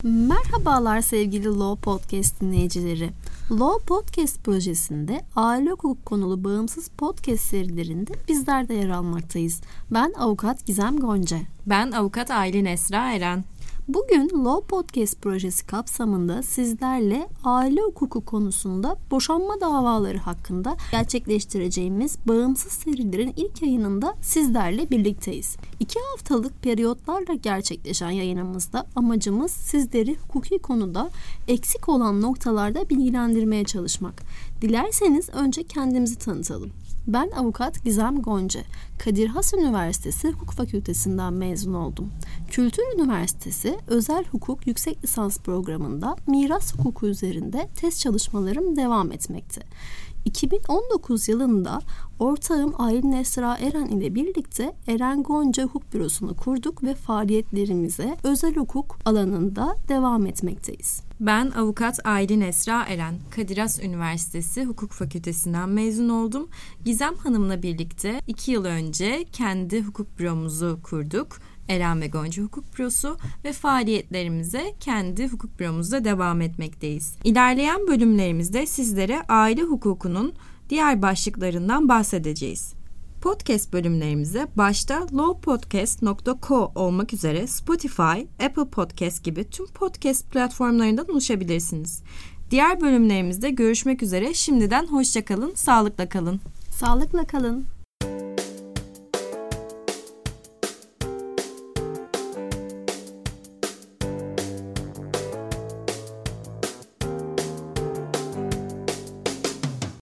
Merhabalar sevgili Law Podcast dinleyicileri. Law Podcast projesinde aile hukuk konulu bağımsız podcast serilerinde bizler de yer almaktayız. Ben avukat Gizem Gonca. Ben avukat Aylin Esra Eren. Bugün Law Podcast projesi kapsamında sizlerle aile hukuku konusunda boşanma davaları hakkında gerçekleştireceğimiz bağımsız serilerin ilk yayınında sizlerle birlikteyiz. 2 haftalık periyotlarla gerçekleşen yayınımızda amacımız sizleri hukuki konuda eksik olan noktalarda bilgilendirmeye çalışmak. Dilerseniz önce kendimizi tanıtalım. Ben avukat Gizem Gonca. Kadir Has Üniversitesi Hukuk Fakültesinden mezun oldum. Kültür Üniversitesi Özel Hukuk Yüksek Lisans Programı'nda miras hukuku üzerinde tez çalışmalarım devam etmekte. 2019 yılında ortağım Aylin Esra Eren ile birlikte Eren Gonca Hukuk Bürosu'nu kurduk ve faaliyetlerimize özel hukuk alanında devam etmekteyiz. Ben avukat Aylin Esra Eren, Kadir Has Üniversitesi Hukuk Fakültesinden mezun oldum. Gizem Hanım'la birlikte 2 yıl önce kendi hukuk büromuzu kurduk. Eren ve Gonca Hukuk Bürosu ve faaliyetlerimize kendi hukuk büromuzda devam etmekteyiz. İlerleyen bölümlerimizde sizlere aile hukukunun diğer başlıklarından bahsedeceğiz. Podcast bölümlerimize başta lawpodcast.co olmak üzere Spotify, Apple Podcast gibi tüm podcast platformlarından ulaşabilirsiniz. Diğer bölümlerimizde görüşmek üzere. Şimdiden hoşça kalın, sağlıkla kalın. Sağlıkla kalın.